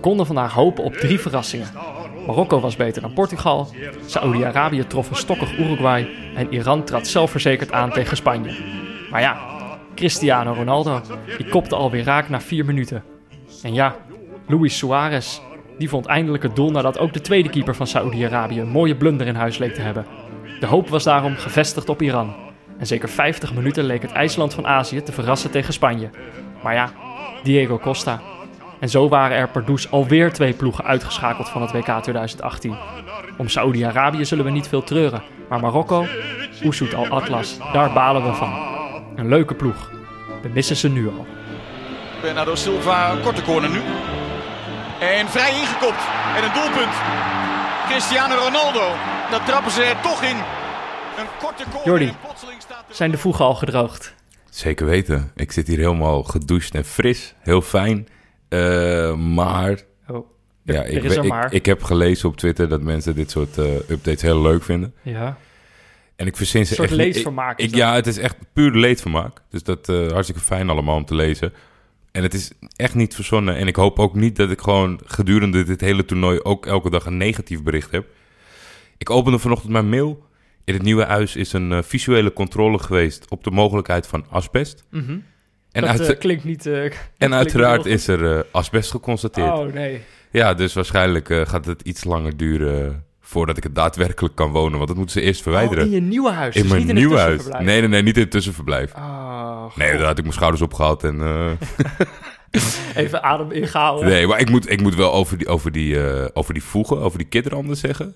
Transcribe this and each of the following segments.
konden vandaag hopen op 3 verrassingen. Marokko was beter dan Portugal, Saoedi-Arabië trof een stokkig Uruguay en Iran trad zelfverzekerd aan tegen Spanje. Maar ja, Cristiano Ronaldo, die kopte alweer raak na 4 minuten. En ja, Luis Suarez, die vond eindelijk het doel nadat ook de tweede keeper van Saoedi-Arabië een mooie blunder in huis leek te hebben. De hoop was daarom gevestigd op Iran. En zeker 50 minuten leek het IJsland van Azië te verrassen tegen Spanje. Maar ja, Diego Costa. En zo waren er per douche alweer 2 ploegen uitgeschakeld van het WK 2018. Om Saoedi-Arabië zullen we niet veel treuren. Maar Marokko, Oussoud Al Atlas, daar balen we van. Een leuke ploeg. We missen ze nu al. Bernardo Silva, een korte corner nu. En vrij ingekopt. En een doelpunt. Cristiano Ronaldo. Dat trappen ze er toch in. Een korte corner. Jordi, zijn de voegen al gedroogd? Zeker weten. Ik zit hier helemaal gedoucht en fris. Heel fijn. Maar... Ja, ik heb gelezen op Twitter dat mensen dit soort updates heel leuk vinden. Ja. En ik verzin ze een soort echt leedvermaak. Ja, het is echt puur leedvermaak. Dus dat hartstikke fijn allemaal om te lezen. En het is echt niet verzonnen. En ik hoop ook niet dat ik gewoon gedurende dit hele toernooi ook elke dag een negatief bericht heb. Ik opende vanochtend mijn mail. In het nieuwe huis is een visuele controle geweest op de mogelijkheid van asbest. Mm-hmm. En dat klinkt niet... en uiteraard is er asbest geconstateerd. Oh, nee. Ja, dus waarschijnlijk gaat het iets langer duren voordat ik het daadwerkelijk kan wonen. Want dat moeten ze eerst verwijderen. In je nieuwe huis? In dus mijn niet nieuwe in huis. Nee, niet in het tussenverblijf. Oh, nee, daar had ik mijn schouders opgehaald en... Even adem ingehouden. Nee, maar ik moet wel over die voegen, over die kidderhanden zeggen.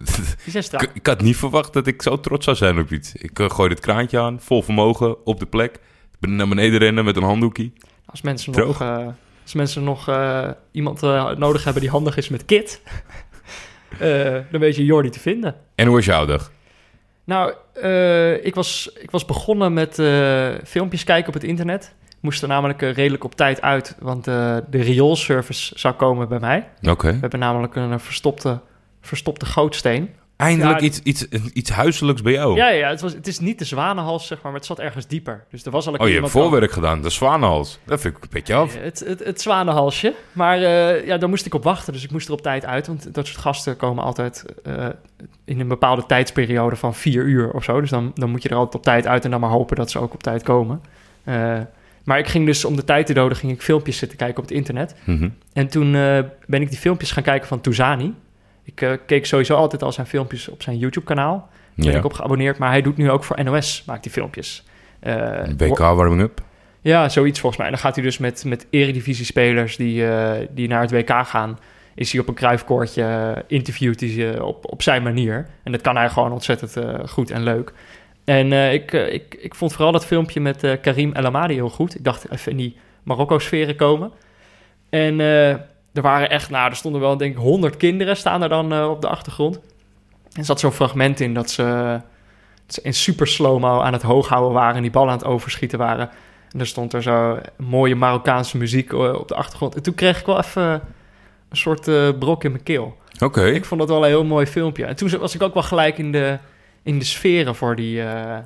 Ik had niet verwacht dat ik zo trots zou zijn op iets. Ik gooi dit kraantje aan, vol vermogen, op de plek. Ik ben naar beneden rennen met een handdoekje. Als mensen nog iemand nodig hebben die handig is met kit, dan weet je Jordi te vinden. En hoe was jouw dag? Nou, ik was begonnen met filmpjes kijken op het internet. Moest er namelijk redelijk op tijd uit, want de rioolservice zou komen bij mij. Oké. We hebben namelijk een verstopte gootsteen. Eindelijk iets huiselijks bij jou. Ja, het is niet de Zwanenhals, zeg maar het zat ergens dieper. Dus er was al je hebt voorwerk gedaan, de Zwanenhals. Dat vind ik een beetje af. Het Zwanenhalsje. Maar daar moest ik op wachten, dus ik moest er op tijd uit. Want dat soort gasten komen altijd in een bepaalde tijdsperiode van 4 uur of zo. Dus dan moet je er altijd op tijd uit en dan maar hopen dat ze ook op tijd komen. Maar ik ging dus om de tijd te doden, ging ik filmpjes zitten kijken op het internet. Mm-hmm. En toen ben ik die filmpjes gaan kijken van Touzani. Ik keek sowieso altijd al zijn filmpjes op zijn YouTube-kanaal. Daar ben ik op geabonneerd, maar hij doet nu ook voor NOS, maakt die filmpjes. WK warming-up? Ja, zoiets volgens mij. En dan gaat hij dus met eredivisie-spelers die naar het WK gaan, is hij op een kruifkoortje, interviewt hij ze op zijn manier. En dat kan hij gewoon ontzettend goed en leuk. En ik vond vooral dat filmpje met Karim El Amadi heel goed. Ik dacht even in die Marokko-sferen komen. En er waren echt, er stonden wel denk ik 100 kinderen staan er dan op de achtergrond. En er zat zo'n fragment in dat ze in super slow-mo aan het hooghouden waren en die bal aan het overschieten waren. En er stond er zo mooie Marokkaanse muziek op de achtergrond. En toen kreeg ik wel even een soort brok in mijn keel. Oké. Ik vond dat wel een heel mooi filmpje. En toen was ik ook wel gelijk in de sferen voor die...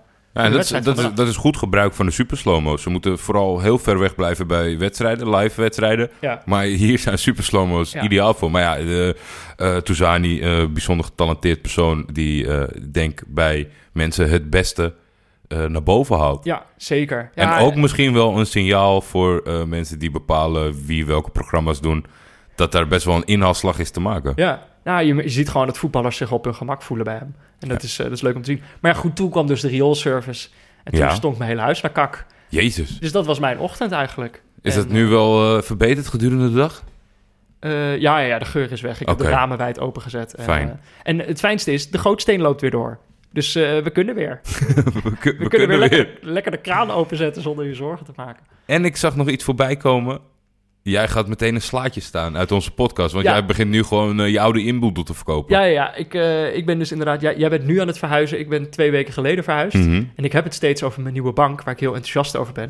dat is goed gebruik van de super slow-mo's. Ze moeten vooral heel ver weg blijven bij wedstrijden, live wedstrijden. Ja. Maar hier zijn super slow-mo's ideaal voor. Maar ja, Touzani, bijzonder getalenteerd persoon die denk bij mensen het beste naar boven haalt. Ja, zeker. Ja, en ook misschien wel een signaal voor mensen die bepalen wie welke programma's doen, dat daar best wel een inhaalslag is te maken. Ja, je ziet gewoon dat voetballers zich op hun gemak voelen bij hem. En dat is leuk om te zien. Maar ja, goed, toen kwam dus de rioolservice. En toen stond mijn hele huis naar kak. Jezus. Dus dat was mijn ochtend eigenlijk. Is dat nu wel verbeterd gedurende de dag? Ja, de geur is weg. Ik heb de ramen wijd opengezet. Fijn. En het fijnste is, de gootsteen loopt weer door. Dus we kunnen weer. we kunnen weer lekker de kraan openzetten zonder je zorgen te maken. En ik zag nog iets voorbij komen. Jij gaat meteen een slaatje staan uit onze podcast. Want jij begint nu gewoon je oude inboedel te verkopen. Ja. Ik ben dus inderdaad... Jij bent nu aan het verhuizen. Ik ben 2 weken geleden verhuisd. Mm-hmm. En ik heb het steeds over mijn nieuwe bank, waar ik heel enthousiast over ben.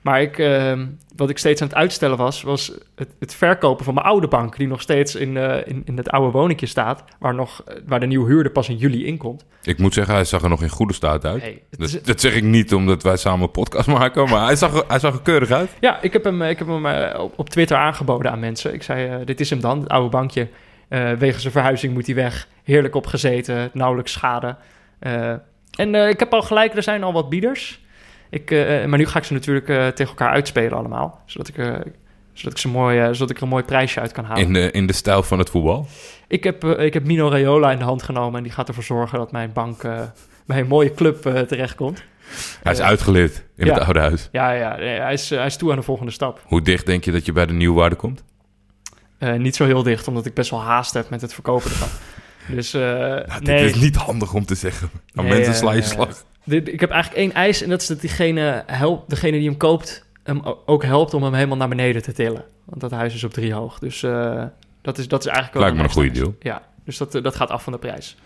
Maar wat ik steeds aan het uitstellen was het verkopen van mijn oude bank, die nog steeds in het oude woningje staat, waar de nieuwe huurder pas in juli inkomt. Ik moet zeggen, hij zag er nog in goede staat uit. Hey, dat zeg ik niet omdat wij samen een podcast maken, maar hij zag er keurig uit. Ja, ik heb hem op Twitter aangeboden aan mensen. Ik zei, dit is hem dan, het oude bankje. Wegens een verhuizing moet hij weg. Heerlijk opgezeten, nauwelijks schade. Ik heb al gelijk, er zijn al wat bieders. Maar nu ga ik ze natuurlijk tegen elkaar uitspelen allemaal. Zodat ik er een mooi prijsje uit kan halen. In de stijl van het voetbal? Ik heb Mino Raiola in de hand genomen en die gaat ervoor zorgen dat mijn bank bij een mooie club terechtkomt. Hij is uitgeleerd in het oude huis. Ja, hij is toe aan de volgende stap. Hoe dicht denk je dat je bij de nieuwwaarde komt? Niet zo heel dicht, omdat ik best wel haast heb met het verkopen ervan. Dus, dit is niet handig om te zeggen. Aan mensen sla je slag. Ik heb eigenlijk 1 eis en dat is dat degene die hem koopt hem ook helpt om hem helemaal naar beneden te tillen. Want dat huis is op 3 hoog. Dus dat is eigenlijk wel lijkt me een goede deal. Ja, dus dat gaat af van de prijs.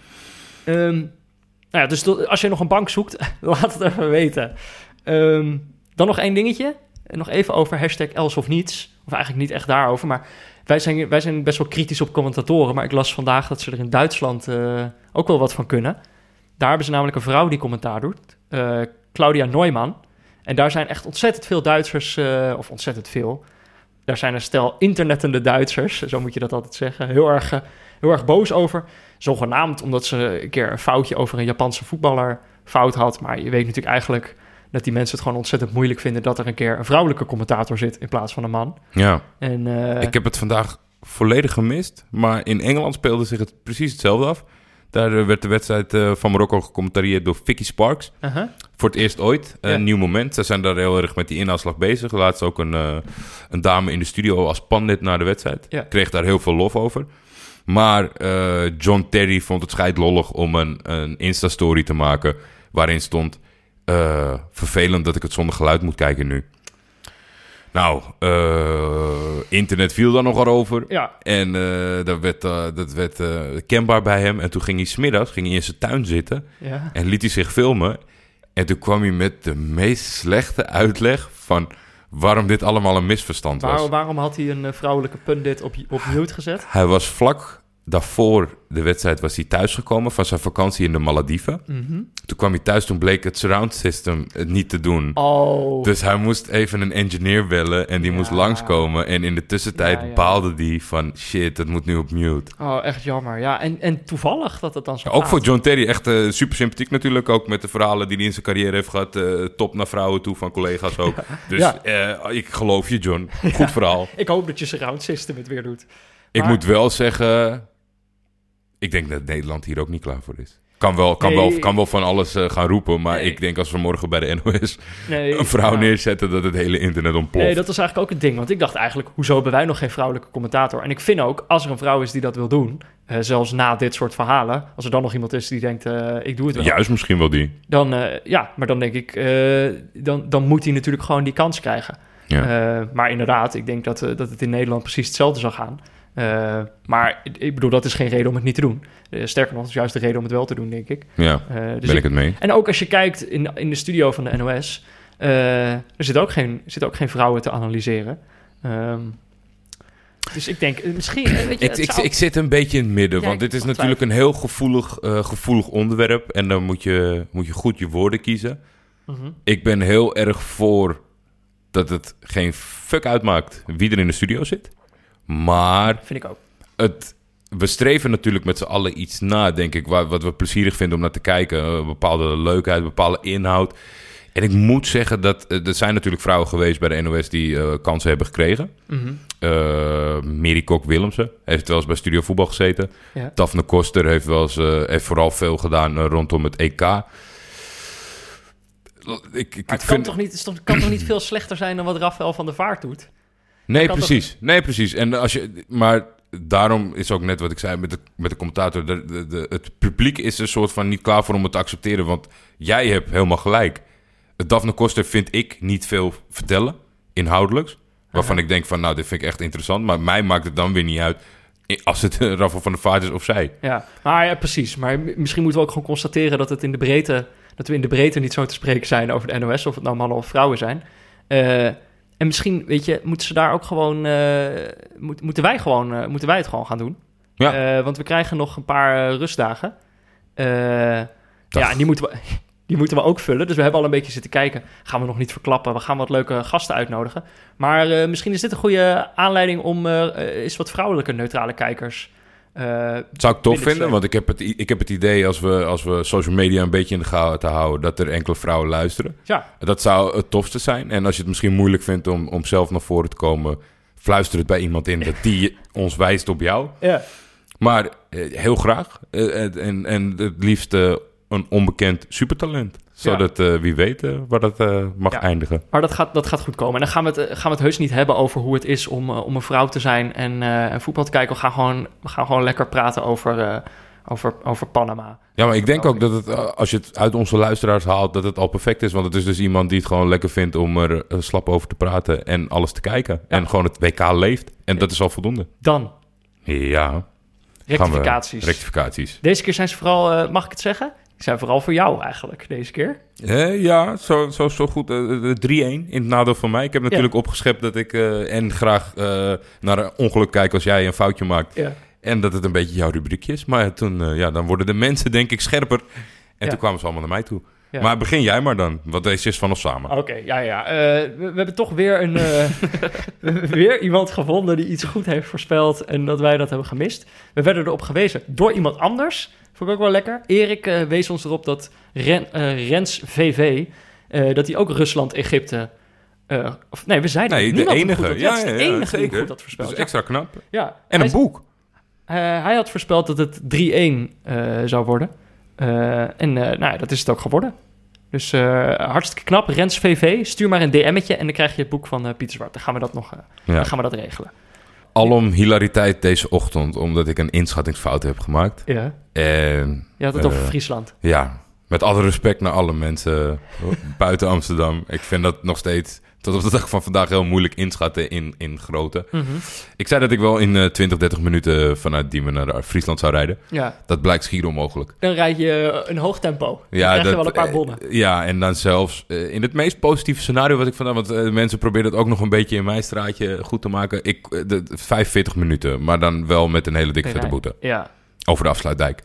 Dus als je nog een bank zoekt, laat het even weten. Dan nog 1 dingetje. Nog even over #elsofniets. Of eigenlijk niet echt daarover, maar wij zijn best wel kritisch op commentatoren. Maar ik las vandaag dat ze er in Duitsland ook wel wat van kunnen. Daar hebben ze namelijk een vrouw die commentaar doet. Claudia Neumann. En daar zijn echt ontzettend veel Duitsers, of ontzettend veel. Daar zijn een stel internettende Duitsers, zo moet je dat altijd zeggen, heel erg boos over. Zogenaamd omdat ze een keer een foutje over een Japanse voetballer fout had. Maar je weet natuurlijk eigenlijk dat die mensen het gewoon ontzettend moeilijk vinden dat er een keer een vrouwelijke commentator zit in plaats van een man. Ja, en, ik heb het vandaag volledig gemist, maar in Engeland speelde zich het precies hetzelfde af. Daar werd de wedstrijd van Marokko gecommentarieerd door Vicky Sparks. Uh-huh. Voor het eerst ooit. Een nieuw moment. Ze zijn daar heel erg met die inhaalslag bezig. Laatst ook een dame in de studio als pandit naar de wedstrijd. Ja. Kreeg daar heel veel lof over. Maar John Terry vond het scheidlollig om een Insta-story te maken waarin stond vervelend dat ik het zonder geluid moet kijken nu. Nou, internet viel daar nogal over. Ja. En dat werd kenbaar bij hem. En toen ging hij 's middags in zijn tuin zitten. Ja. En liet hij zich filmen. En toen kwam hij met de meest slechte uitleg van waarom dit allemaal een misverstand was. Waarom had hij een vrouwelijke pundit op mute gezet? Hij was vlak daarvoor de wedstrijd was hij thuisgekomen van zijn vakantie in de Malediven. Mm-hmm. Toen kwam hij thuis, toen bleek het surround system het niet te doen. Oh. Dus hij moest even een engineer bellen en die moest langskomen. En in de tussentijd baalde die van shit, het moet nu op mute. Oh, echt jammer. Ja, en toevallig dat het dan zo Ook gaat. voor John Terry echt super sympathiek natuurlijk. Ook met de verhalen die hij in zijn carrière heeft gehad. Top naar vrouwen toe van collega's ook. Dus ik geloof je, John. Goed verhaal. Ik hoop dat je surround system het weer doet. Ik moet wel zeggen, ik denk dat Nederland hier ook niet klaar voor is. Kan wel van alles gaan roepen, maar ik denk als we morgen bij de NOS een vrouw neerzetten, dat het hele internet ontploft. Nee, dat was eigenlijk ook het ding. Want ik dacht eigenlijk, hoezo hebben wij nog geen vrouwelijke commentator? En ik vind ook, als er een vrouw is die dat wil doen, zelfs na dit soort verhalen, als er dan nog iemand is die denkt, ik doe het wel. Juist misschien wel die. Dan, maar dan denk ik, dan moet hij natuurlijk gewoon die kans krijgen. Ja. Maar inderdaad, ik denk dat het in Nederland precies hetzelfde zal gaan. Maar ik bedoel, dat is geen reden om het niet te doen. Sterker nog, dat is juist de reden om het wel te doen, denk ik. Ja, dus ben ik het mee. En ook als je kijkt in de studio van de NOS, er zitten ook geen vrouwen te analyseren. Dus ik denk, misschien... Weet je, ik zit een beetje in het midden, want dit is natuurlijk een heel gevoelig onderwerp. En dan moet je goed je woorden kiezen. Mm-hmm. Ik ben heel erg voor dat het geen fuck uitmaakt wie er in de studio zit. Maar vind ik ook. We streven natuurlijk met z'n allen iets na, denk ik, wat we plezierig vinden om naar te kijken. Een bepaalde leukheid, een bepaalde inhoud. En ik moet zeggen dat er zijn natuurlijk vrouwen geweest bij de NOS die kansen hebben gekregen. Mm-hmm. Mary Kok-Willemsen heeft wel eens bij Studio Voetbal gezeten. Ja. Daphne Koster heeft vooral veel gedaan rondom het EK. Het kan toch niet veel slechter zijn dan wat Rafael van der Vaart doet? Nee, precies. En maar daarom is ook net wat ik zei met de commentator. Het publiek is een soort van niet klaar voor om het te accepteren. Want jij hebt helemaal gelijk. Daphne Koster vind ik niet veel vertellen, inhoudelijks. Waarvan ik denk van, nou, dit vind ik echt interessant. Maar mij maakt het dan weer niet uit als het Rafael van der Vaart is of zij. Ja, maar ja, precies. Maar misschien moeten we ook gewoon constateren dat we in de breedte niet zo te spreken zijn over de NOS, of het nou mannen of vrouwen zijn. En misschien, weet je, moeten ze daar ook gewoon... moeten wij het gewoon gaan doen? Ja. Want we krijgen nog een paar rustdagen. En die moeten we ook vullen. Dus we hebben al een beetje zitten kijken. Gaan we nog niet verklappen. We gaan wat leuke gasten uitnodigen. Maar misschien is dit een goede aanleiding om eens wat vrouwelijke neutrale kijkers... zou ik tof vinden, want ik heb het idee als we social media een beetje in de gaten houden, dat er enkele vrouwen luisteren. Ja. Dat zou het tofste zijn. En als je het misschien moeilijk vindt om zelf naar voren te komen, fluister het bij iemand in dat die ons wijst op jou. Ja. Maar heel graag. En het liefst een onbekend supertalent. Zodat wie weet waar dat mag eindigen. Maar dat gaat goed komen. En dan gaan we het heus niet hebben over hoe het is om een vrouw te zijn en voetbal te kijken. We gaan gewoon lekker praten over Panama. Ja, maar ik denk ook dat het, als je het uit onze luisteraars haalt, dat het al perfect is. Want het is dus iemand die het gewoon lekker vindt om er slap over te praten en alles te kijken. Ja. En gewoon het WK leeft. En dat is al voldoende. Dan. Ja. Rectificaties. Deze keer zijn ze vooral, mag ik het zeggen? Die zijn vooral voor jou eigenlijk deze keer. Ja, zo goed. 3-1 in het nadeel van mij. Ik heb natuurlijk opgeschept dat ik graag naar een ongeluk kijk als jij een foutje maakt. Ja. En dat het een beetje jouw rubriekje is. Maar toen, dan worden de mensen denk ik scherper. En toen kwamen ze allemaal naar mij toe. Ja. Maar begin jij maar dan, want deze is van ons samen. Oké. We hebben toch weer weer iemand gevonden die iets goed heeft voorspeld en dat wij dat hebben gemist. We werden erop gewezen door iemand anders. Vond ik ook wel lekker. Erik wees ons erop dat Rens VV, dat hij ook Rusland, Egypte... we zeiden de enige. Dat is de enige die goed had voorspeld. Dat is extra knap. Ja. En een boek. Hij had voorspeld dat het 3-1 zou worden. Dat is het ook geworden. Dus hartstikke knap. Rens VV, stuur maar een DM'tje en dan krijg je het boek van Pieter Zwart. Dan gaan we dat dan gaan we dat regelen. Alom hilariteit deze ochtend, omdat ik een inschattingsfout heb gemaakt. Ja. En, je had het over Friesland. Ja, met alle respect naar alle mensen buiten Amsterdam. Ik vind dat nog steeds tot op de dag van vandaag heel moeilijk inschatten in grootte. Mm-hmm. Ik zei dat ik wel in 20-30 minuten vanuit Diemen naar Friesland zou rijden. Ja. Dat blijkt schier onmogelijk. Dan rijd je een hoog tempo. Dan krijg je wel een paar bonnen. En dan zelfs in het meest positieve scenario wat ik vandaan... Want mensen proberen het ook nog een beetje in mijn straatje goed te maken. 45 minuten, maar dan wel met een hele dikke vette boete. Ja. Over de Afsluitdijk.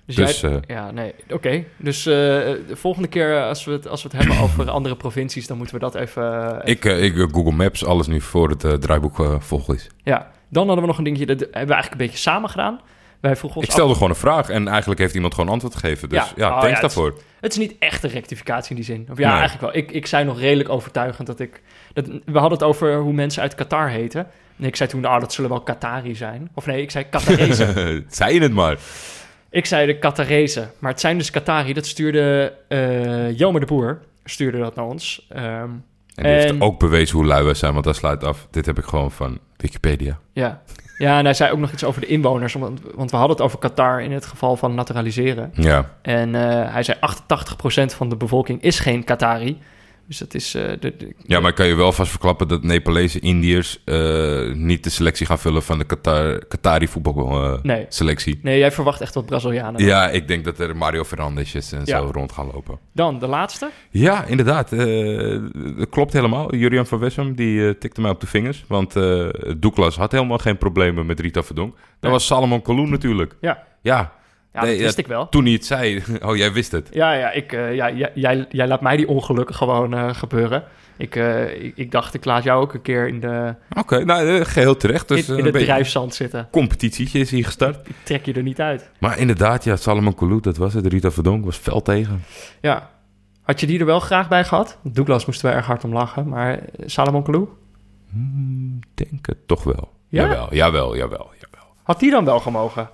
Oké. Dus de volgende keer als we het hebben over andere provincies, dan moeten we dat even... Ik Google Maps alles nu voor het draaiboek vol is. Ja, dan hadden we nog een dingetje, dat hebben we eigenlijk een beetje samen gedaan. Ik stelde gewoon een vraag en eigenlijk heeft iemand gewoon antwoord gegeven. Dus thanks daarvoor. Het is niet echt een rectificatie in die zin. Of eigenlijk wel. Ik zei nog redelijk overtuigend we hadden het over hoe mensen uit Qatar heten. En ik zei toen, dat zullen wel Qatari zijn. Of nee, ik zei Qatarezen. Zei je het maar. Ik zei de Qatarezen, maar het zijn dus Qatari. Dat stuurde Jelmer de Boer, stuurde dat naar ons. En die heeft ook bewezen hoe lui we zijn, want dat sluit af. Dit heb ik gewoon van Wikipedia. Ja, en hij zei ook nog iets over de inwoners. Want we hadden het over Qatar in het geval van naturaliseren. Ja. En hij zei 88% van de bevolking is geen Qatari. Dus dat is... Ja, maar kan je wel vast verklappen dat Nepalese Indiërs niet de selectie gaan vullen van de Qatari voetbalselectie? Nee, jij verwacht echt wat Brazilianen. Ja, ik denk dat er Mario Fernandesjes en zo rond gaan lopen. Dan de laatste? Ja, inderdaad. Dat klopt helemaal. Julian van Wessem, die tikte mij op de vingers. Want Douglas had helemaal geen problemen met Rita Verdonk. Dat was Salomon Kalou natuurlijk. Ja. Ja, dat wist ik wel. Toen hij het zei. Oh, jij wist het. Jij laat mij die ongelukken gewoon gebeuren. Ik dacht, ik laat jou ook een keer in de... Oké, geheel terecht. Dus in het drijfzand zitten. Competitietje is hier gestart. Ik trek je er niet uit. Maar inderdaad, Salomon Kalou, dat was het. Rita Verdonk was fel tegen. Ja. Had je die er wel graag bij gehad? Douglas moesten we erg hard om lachen. Maar Salomon Kalou? Denk het toch wel. Ja? Jawel. Had die dan wel gemogen?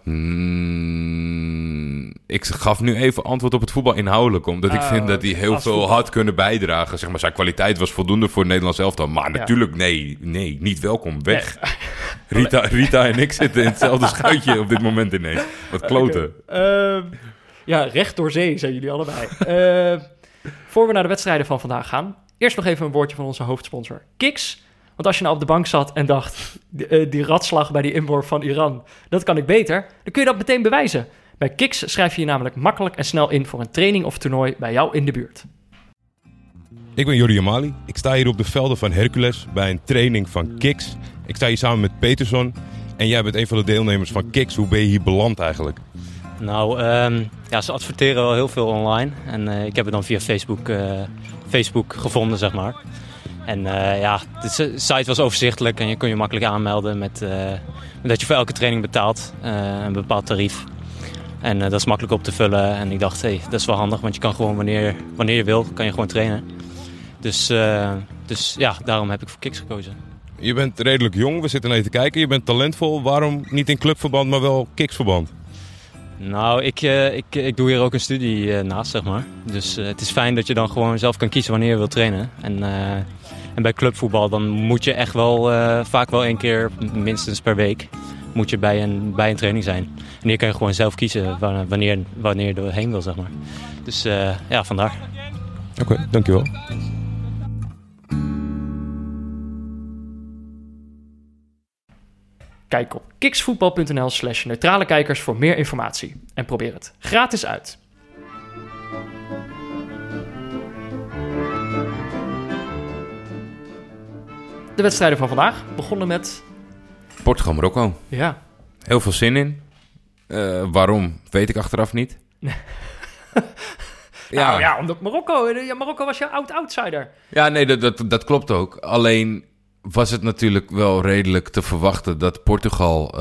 Ik gaf nu even antwoord op het voetbal inhoudelijk. Omdat ik vind dat hij heel veel had kunnen bijdragen. Zeg maar, zijn kwaliteit was voldoende voor het Nederlands elftal. Maar natuurlijk, nee, niet welkom. Weg. Nee. Rita en ik zitten in hetzelfde schuitje op dit moment ineens. Wat kloten. Recht door zee zijn jullie allebei. Voor we naar de wedstrijden van vandaag gaan. Eerst nog even een woordje van onze hoofdsponsor. Kiks. Want als je nou op de bank zat en dacht, die ratslag bij die inworp van Iran, dat kan ik beter, dan kun je dat meteen bewijzen. Bij Kiks schrijf je je namelijk makkelijk en snel in voor een training of toernooi bij jou in de buurt. Ik ben Jordi Amali. Ik sta hier op de velden van Hercules bij een training van Kiks. Ik sta hier samen met Peterson. En jij bent een van de deelnemers van Kiks. Hoe ben je hier beland eigenlijk? Nou, ze adverteren wel heel veel online. En ik heb het dan via Facebook gevonden, zeg maar. En de site was overzichtelijk en je kon je makkelijk aanmelden met dat je voor elke training betaalt. Een bepaald tarief. En dat is makkelijk op te vullen. En ik dacht, dat is wel handig, want je kan gewoon wanneer je wil, kan je gewoon trainen. Dus daarom heb ik voor Kiks gekozen. Je bent redelijk jong, we zitten naar je te kijken. Je bent talentvol. Waarom niet in clubverband, maar wel Kiksverband? Nou, ik doe hier ook een studie naast, zeg maar. Dus het is fijn dat je dan gewoon zelf kan kiezen wanneer je wilt trainen. En bij clubvoetbal dan moet je echt wel vaak wel 1 keer minstens per week moet je bij een training zijn. En hier kan je gewoon zelf kiezen wanneer je erheen wil, zeg maar. Dus vandaar. Oké, dankjewel. Kijk op kiksvoetbal.nl/neutrale kijkers voor meer informatie. En probeer het gratis uit. De wedstrijden van vandaag begonnen met... Portugal-Marokko. Ja. Heel veel zin in. Waarom, weet ik achteraf niet. Omdat Marokko was je oud-outsider. Ja, nee, dat klopt ook. Alleen was het natuurlijk wel redelijk te verwachten dat Portugal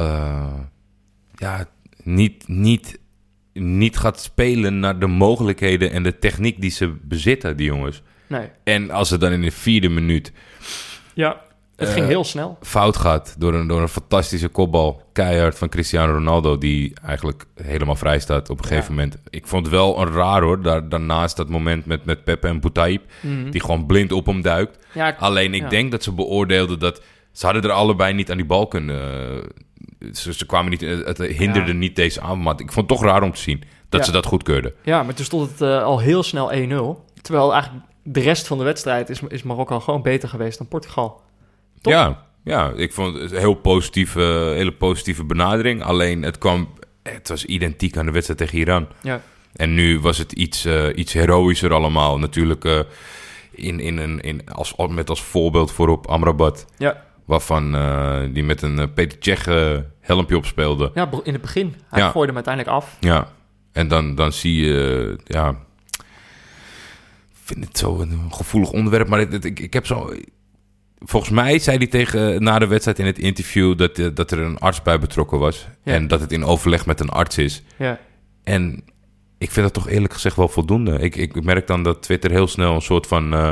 niet gaat spelen naar de mogelijkheden en de techniek die ze bezitten, die jongens. Nee. En als het dan in de 4e minuut... Ja, het ging heel snel. Fout gaat door een fantastische kopbal. Keihard van Cristiano Ronaldo, die eigenlijk helemaal vrij staat op een gegeven moment. Ik vond het wel een raar hoor. Daarnaast dat moment met Pepe en Boutaïb, die gewoon blind op hem duikt. Ja, alleen ik denk dat ze beoordeelden dat... Ze hadden er allebei niet aan die bal kunnen... Ze kwamen niet... Het hinderde niet deze aanval. Ik vond het toch raar om te zien dat ze dat goedkeurden. Ja, maar toen stond het al heel snel 1-0. Terwijl eigenlijk de rest van de wedstrijd is Marokko gewoon beter geweest dan Portugal. Top? Ja, ik vond het een hele positieve benadering. Alleen het was identiek aan de wedstrijd tegen Iran. Ja. En nu was het iets heroïscher allemaal. Natuurlijk met als voorbeeld voorop Amrabat. Ja. Waarvan die met een Peter Cech helmpje opspeelde. Ja, in het begin. Hij gooide hem uiteindelijk af. Ja, en dan zie je... Ik vind het zo een gevoelig onderwerp, maar ik heb zo... Volgens mij zei hij na de wedstrijd in het interview dat er een arts bij betrokken was. Ja. En dat het in overleg met een arts is. Ja. En ik vind dat toch eerlijk gezegd wel voldoende. Ik merk dan dat Twitter heel snel een soort van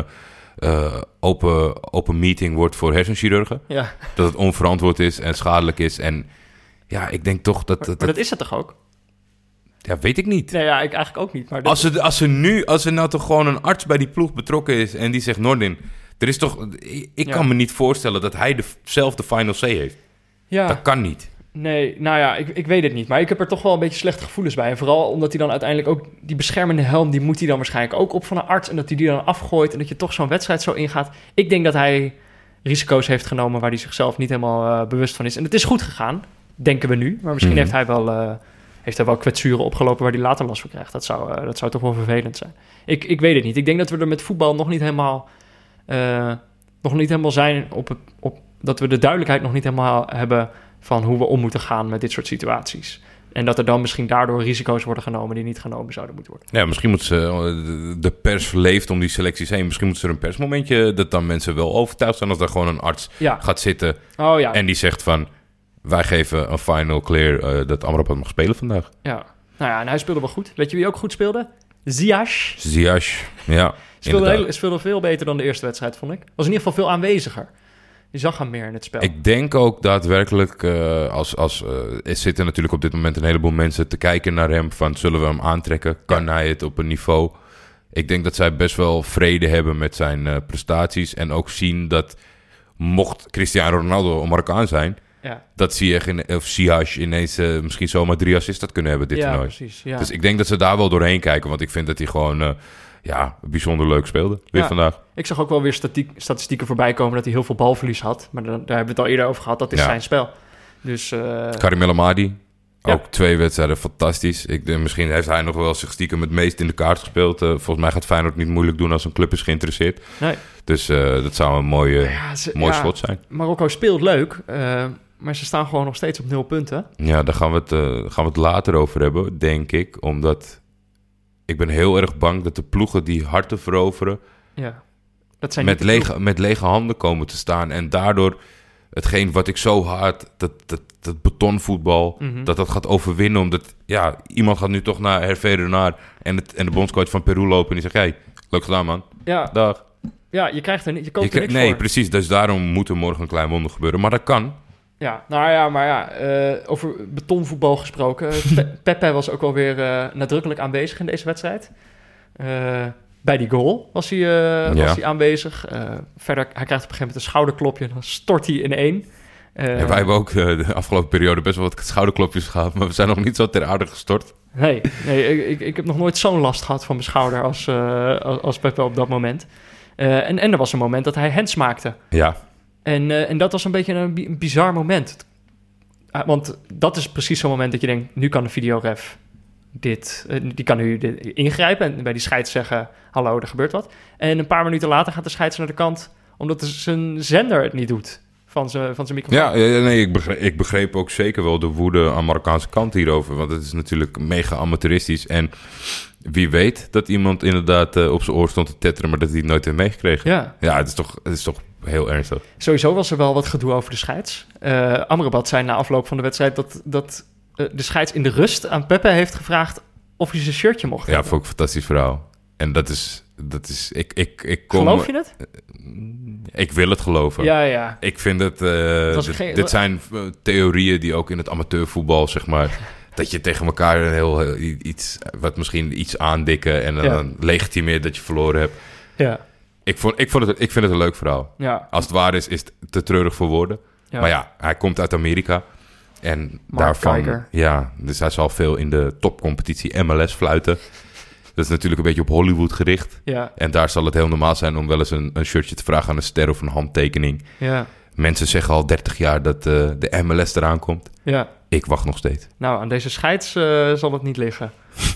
open meeting wordt voor hersenchirurgen. Ja. Dat het onverantwoord is en schadelijk is. En ja, ik denk toch dat... Maar dat is het toch ook? Ja, weet ik niet. Nee, ja, ik eigenlijk ook niet. Maar als er nou toch gewoon een arts bij die ploeg betrokken is en die zegt, Nordin... Er is toch... Ik kan me niet voorstellen dat hij zelf de final say heeft. Ja. Dat kan niet. Nee, nou ja, ik weet het niet. Maar ik heb er toch wel een beetje slechte gevoelens bij. En vooral omdat hij dan uiteindelijk ook... Die beschermende helm, die moet hij dan waarschijnlijk ook op van een arts. En dat hij die dan afgooit. En dat je toch zo'n wedstrijd zo ingaat. Ik denk dat hij risico's heeft genomen waar hij zichzelf niet helemaal bewust van is. En het is goed gegaan, denken we nu. Maar misschien heeft hij wel kwetsuren opgelopen waar hij later last van krijgt. Dat zou toch wel vervelend zijn. Ik weet het niet. Ik denk dat we er met voetbal nog niet helemaal zijn dat we de duidelijkheid nog niet helemaal hebben van hoe we om moeten gaan met dit soort situaties. En dat er dan misschien daardoor risico's worden genomen die niet genomen zouden moeten worden. Ja, misschien moet de pers leeft om die selecties heen. Misschien moet er een persmomentje dat dan mensen wel overtuigd zijn als er gewoon een arts gaat zitten en die zegt van, wij geven een final clear dat Amrabat mag spelen vandaag. Ja, nou ja, en hij speelde wel goed. Weet je wie ook goed speelde? Ziyech, ja. Speelde veel beter dan de eerste wedstrijd, vond ik. Was in ieder geval veel aanweziger. Je zag hem meer in het spel. Ik denk ook daadwerkelijk, er zitten natuurlijk op dit moment een heleboel mensen te kijken naar hem van, zullen we hem aantrekken? Kan hij het op een niveau? Ik denk dat zij best wel vrede hebben met zijn prestaties en ook zien dat mocht Cristiano Ronaldo een Marokkaan zijn, dat Ziyech ineens misschien zomaar 3 assists had kunnen hebben dit toernooi. Precies, ja. Dus ik denk dat ze daar wel doorheen kijken, want ik vind dat hij gewoon bijzonder leuk speelde vandaag. Ik zag ook wel weer statistieken voorbij komen dat hij heel veel balverlies had, maar daar hebben we het al eerder over gehad. Dat is zijn spel. Dus, Karim El Amadi, Ook 2 wedstrijden fantastisch. Misschien heeft hij nog wel zich stiekem het meest in de kaart gespeeld. Volgens mij gaat Feyenoord niet moeilijk doen als een club is geïnteresseerd. Nee. Dus dat zou een mooi slot zijn. Marokko speelt leuk, maar ze staan gewoon nog steeds op 0 punten. Ja, daar gaan we het later over hebben, denk ik. Omdat ik ben heel erg bang dat de ploegen die hard te veroveren... Ja. Dat zijn met lege handen komen te staan. En daardoor hetgeen wat ik zo hard... Dat betonvoetbal, dat gaat overwinnen. Omdat iemand gaat nu toch naar Hervé Renard... en de bondscoach van Peru lopen... en die zegt, hey, leuk gedaan, man. Ja. Dag. Ja, je krijgt er niet, je koopt er niks nee, voor. Precies. Dus daarom moet er morgen een klein wonder gebeuren. Maar dat kan. Ja, over betonvoetbal gesproken. Pepe was ook alweer nadrukkelijk aanwezig in deze wedstrijd. Bij die goal was hij aanwezig. Verder, hij krijgt op een gegeven moment een schouderklopje... dan stort hij in 1. Wij hebben ook de afgelopen periode best wel wat schouderklopjes gehad... maar we zijn nog niet zo ter aarde gestort. Nee, ik heb nog nooit zo'n last gehad van mijn schouder als Pepe op dat moment. En er was een moment dat hij hands maakte. Ja. En dat was een beetje een bizar moment. Want dat is precies zo'n moment dat je denkt... nu kan de videoref die kan nu ingrijpen... en bij die scheids zeggen... hallo, er gebeurt wat. En een paar minuten later gaat de scheids naar de kant... omdat zijn zender het niet doet van zijn microfoon. Ja, nee, ik begreep ook zeker wel de woede aan de Marokkaanse kant hierover. Want het is natuurlijk mega amateuristisch. En wie weet dat iemand inderdaad op zijn oor stond te tetteren... maar dat hij het nooit heeft meegekregen. Ja, het is toch heel ernstig. Sowieso was er wel wat gedoe over de scheids. Amrabat zei na afloop van de wedstrijd... dat de scheids in de rust aan Pepe heeft gevraagd... of hij zijn shirtje mocht hebben. Ja, vond ik een fantastisch verhaal. En dat is ik kom... Geloof je het? Ik wil het geloven. Ja. Ik vind het... dit zijn theorieën die ook in het amateurvoetbal, zeg maar... dat je tegen elkaar wat misschien iets aandikken... en dan legitimeert dat je verloren hebt. Ja. Ik vind het een leuk verhaal. Ja. Als het waar is het te treurig voor woorden. Ja. Maar hij komt uit Amerika... En daarvan, dus hij zal veel in de topcompetitie MLS fluiten. Dat is natuurlijk een beetje op Hollywood gericht. Ja. En daar zal het heel normaal zijn om wel eens een shirtje te vragen aan een ster of een handtekening. Ja. Mensen zeggen al 30 jaar dat de MLS eraan komt. Ja. Ik wacht nog steeds. Nou, aan deze scheids zal het niet liggen.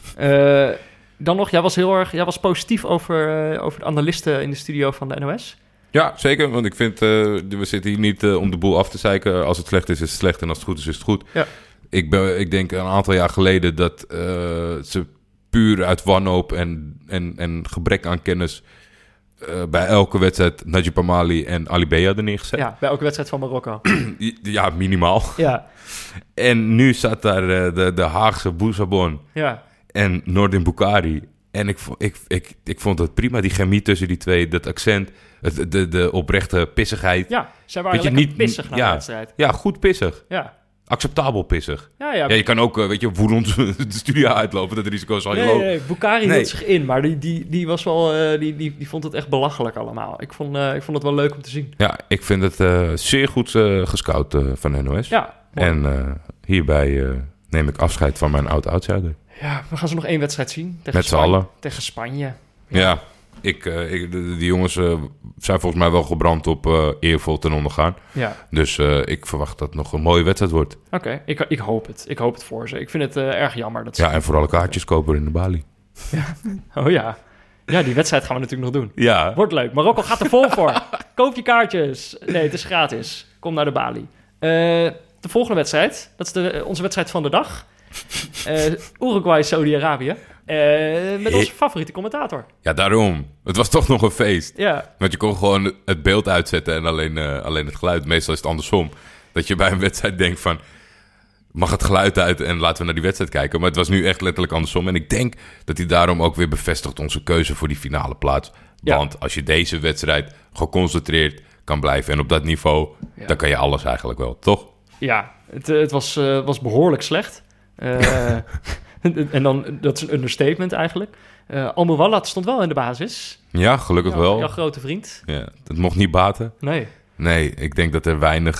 Dan nog, jij was positief over de analisten in de studio van de NOS. Ja, zeker. Want ik vind, we zitten hier niet om de boel af te zeiken. Als het slecht is, is het slecht. En als het goed is, is het goed. Ja. Ik denk een aantal jaar geleden dat ze puur uit wanhoop en gebrek aan kennis... bij elke wedstrijd Najib Amali en Ali Bey hadden neergezet. Ja, bij elke wedstrijd van Marokko. Ja, minimaal. Ja. En nu staat daar de Haagse Boussabon en Nordin Boukhari. En ik vond het prima, die chemie tussen die twee, dat accent... De oprechte pissigheid. Ja, zij waren lekker pissig na de wedstrijd. Ja, goed pissig. Ja. Acceptabel pissig. Ja, je kan ook, woedend de studio uitlopen. Dat risico zal je lopen. Nee, Boukhari hield zich in. Maar die was wel... Die vond het echt belachelijk allemaal. Ik vond het wel leuk om te zien. Ja, ik vind het zeer goed gescout van NOS. Ja. Mooi. En hierbij neem ik afscheid van mijn oud-outsider. Ja, we gaan ze nog 1 wedstrijd zien. Met z'n allen. Tegen Spanje. Ja. Die jongens zijn volgens mij wel gebrand op eervol ten ondergaan. Ja. Dus ik verwacht dat het nog een mooie wedstrijd wordt. Oké, ik hoop het. Ik hoop het voor ze. Ik vind het erg jammer. Dat en vooral kaartjes kopen in de Bali. Ja. Oh ja. Ja, die wedstrijd gaan we natuurlijk nog doen. Ja. Wordt leuk. Marokko gaat er vol voor. Koop je kaartjes. Nee, het is gratis. Kom naar de Bali. De volgende wedstrijd, dat is onze wedstrijd van de dag. Uruguay, Saudi-Arabië. Met onze favoriete commentator. Ja, daarom. Het was toch nog een feest. Ja. Want je kon gewoon het beeld uitzetten en alleen het geluid. Meestal is het andersom. Dat je bij een wedstrijd denkt van... mag het geluid uit en laten we naar die wedstrijd kijken. Maar het was nu echt letterlijk andersom. En ik denk dat hij daarom ook weer bevestigt onze keuze voor die finale plaats. Ja. Want als je deze wedstrijd geconcentreerd kan blijven... en op dat niveau, dan kan je alles eigenlijk wel, toch? Ja, het was behoorlijk slecht. En dan, dat is een understatement eigenlijk. Al-Muwallat stond wel in de basis. Ja, gelukkig wel. Jouw grote vriend. Ja, het mocht niet baten. Nee, ik denk dat er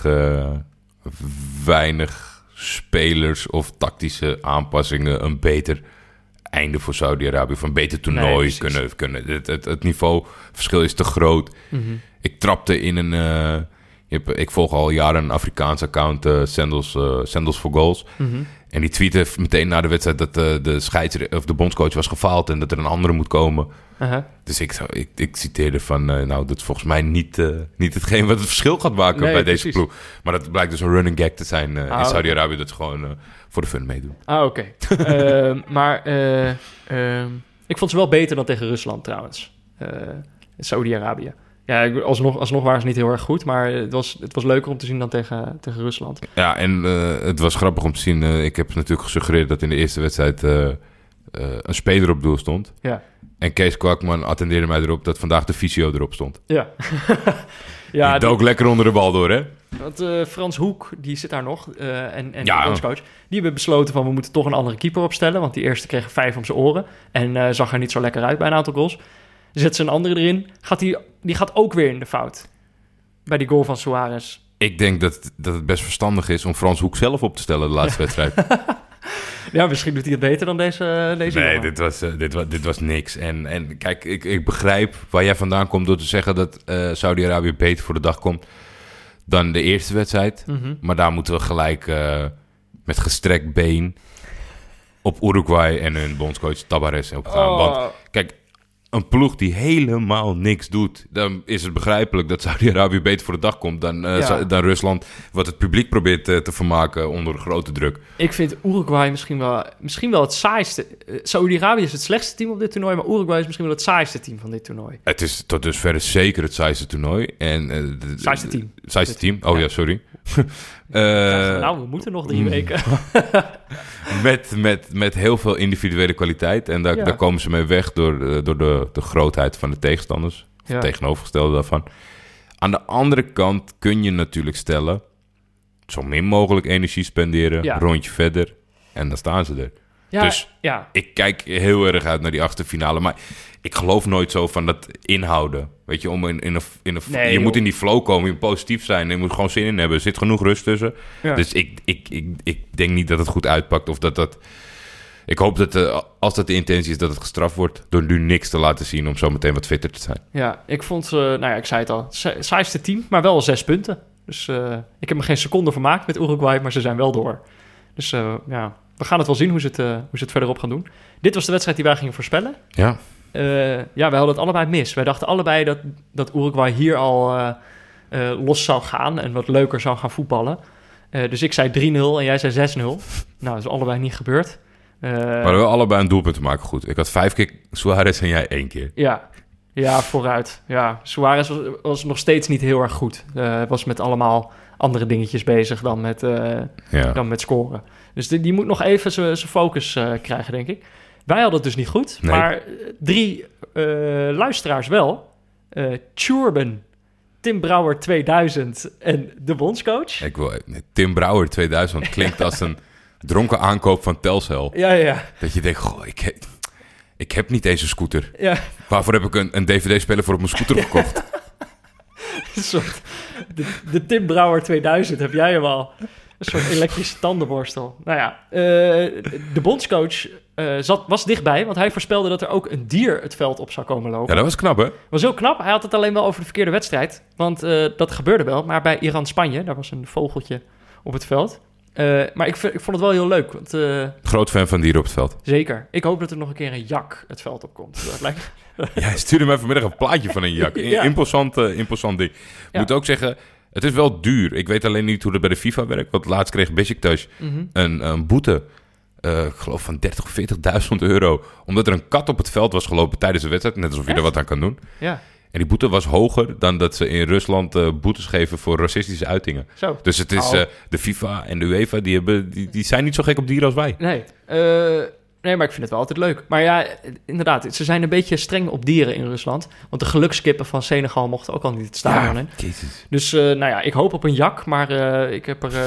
weinig spelers of tactische aanpassingen... een beter einde voor Saudi-Arabië of een beter toernooi kunnen. Het niveauverschil is te groot. Mm-hmm. Ik trapte in Ik volg al jaren een Afrikaans account, Sandals for Goals. Mhm. En die tweette meteen na de wedstrijd dat de bondscoach was gefaald en dat er een andere moet komen. Uh-huh. Dus ik citeerde van, dat is volgens mij niet hetgeen wat het verschil gaat maken bij deze ploeg. Maar dat blijkt dus een running gag te zijn in Saudi-Arabië, dat ze gewoon voor de fun meedoen. Oké. Maar ik vond ze wel beter dan tegen Rusland trouwens. Saudi-Arabië. Ja, alsnog waren ze niet heel erg goed, maar het was leuker om te zien dan tegen Rusland. Ja, en het was grappig om te zien. Ik heb natuurlijk gesuggereerd dat in de eerste wedstrijd een speler op doel stond. Ja. En Kees Kwakman attendeerde mij erop dat vandaag de fysio erop stond. Ja. Die dook lekker onder de bal door, hè? Want Frans Hoek, die zit daar nog, en Ja. de bondscoach, die hebben besloten van we moeten toch een andere keeper opstellen, want die eerste kreeg 5 om zijn oren en zag er niet zo lekker uit bij een aantal goals. Zet ze een andere erin, die gaat ook weer in de fout. Bij die goal van Suarez. Ik denk dat het best verstandig is om Frans Hoek zelf op te stellen de laatste wedstrijd. Ja, misschien doet hij het beter dan deze Nee, jongen. dit was niks. En kijk, ik begrijp waar jij vandaan komt door te zeggen dat Saudi-Arabië beter voor de dag komt dan de eerste wedstrijd. Mhm. Maar daar moeten we gelijk met gestrekt been op Uruguay en hun bondscoach Tabarez op gaan. Want kijk, een ploeg die helemaal niks doet, dan is het begrijpelijk dat Saudi-Arabië beter voor de dag komt dan Rusland, wat het publiek probeert te vermaken onder grote druk. Ik vind Uruguay misschien wel het saaiste. Saudi-Arabië is het slechtste team op dit toernooi, maar Uruguay is misschien wel het saaiste team van dit toernooi. Het is tot dusver zeker het saaiste toernooi. Saaiste team. Saaiste team? Oh ja, sorry. We moeten nog 3 weken. met heel veel individuele kwaliteit. En daar komen ze mee weg door de grootheid van de tegenstanders. Ja. Het tegenovergestelde daarvan. Aan de andere kant kun je natuurlijk stellen, zo min mogelijk energie spenderen, rondje verder. En dan staan ze er. Ja, dus ik kijk heel erg uit naar die achterfinale. Maar ik geloof nooit zo van dat inhouden. Weet je, je moet in die flow komen, je moet positief zijn. Je moet gewoon zin in hebben. Er zit genoeg rust tussen. Ja. Dus ik denk niet dat het goed uitpakt. Of dat ik hoop dat als dat de intentie is, dat het gestraft wordt door nu niks te laten zien om zo meteen wat fitter te zijn. Ja, ik vond, ik zei het al, saaiste team, maar wel 6 punten. Dus ik heb me geen seconde vermaakt met Uruguay, maar ze zijn wel door. Dus we gaan het wel zien hoe ze het verderop gaan doen. Dit was de wedstrijd die wij gingen voorspellen. Ja. Wij hadden het allebei mis. Wij dachten allebei dat Uruguay hier al los zou gaan en wat leuker zou gaan voetballen. Dus ik zei 3-0 en jij zei 6-0. Nou, dat is allebei niet gebeurd. Maar we hebben allebei een doelpunt te maken, goed. Ik had 5 keer Suarez en jij 1 keer. Ja, vooruit. Ja, Suarez was nog steeds niet heel erg goed. Was met allemaal andere dingetjes bezig dan met scoren. Dus die moet nog even zijn focus krijgen, denk ik. Wij hadden het dus niet goed, maar 3 luisteraars wel. Churban, Tim Brouwer 2000 en de bondscoach. Tim Brouwer 2000 klinkt als een dronken aankoop van Telcel. Ja. Dat je denkt, goh, ik heb niet eens een scooter. Ja. Waarvoor heb ik een DVD-speler voor op mijn scooter gekocht? Een soort, de Tim Brouwer 2000 heb jij hem al. Een soort elektrische tandenborstel. Nou ja, de bondscoach was dichtbij, want hij voorspelde dat er ook een dier het veld op zou komen lopen. Ja, dat was knap, hè? Was heel knap. Hij had het alleen wel over de verkeerde wedstrijd. Want dat gebeurde wel. Maar bij Iran-Spanje, daar was een vogeltje op het veld. Maar ik vond het wel heel leuk. Want, groot fan van dieren op het veld. Zeker. Ik hoop dat er nog een keer een jak het veld op komt. Dat lijkt... Ja, stuurde mij vanmiddag een plaatje van een jak. Imposant ding. Moet ook zeggen, het is wel duur. Ik weet alleen niet hoe dat bij de FIFA werkt. Want laatst kreeg Besiktas een boete. Ik geloof van 30.000 of 40.000 euro. Omdat er een kat op het veld was gelopen tijdens de wedstrijd. Net alsof je er wat aan kan doen. Ja. En die boete was hoger dan dat ze in Rusland boetes geven voor racistische uitingen. Zo. Dus het is de FIFA en de UEFA, die zijn niet zo gek op dieren als wij. Nee, maar ik vind het wel altijd leuk. Maar ja, inderdaad, ze zijn een beetje streng op dieren in Rusland. Want de gelukskippen van Senegal mochten ook al niet het stadion in. Jezus. Dus ik hoop op een jak, maar ik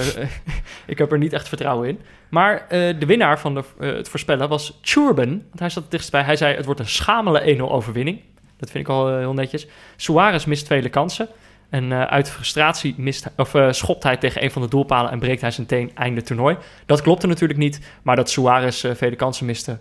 heb er niet echt vertrouwen in. Maar de winnaar van het voorspellen was Churban. Want hij zat er dichtstbij. Hij zei, het wordt een schamele 1-0 overwinning. Dat vind ik al heel netjes. Suarez mist vele kansen. En uit frustratie schopt hij tegen een van de doelpalen en breekt hij zijn teen einde toernooi. Dat klopte natuurlijk niet, maar dat Suarez vele kansen miste.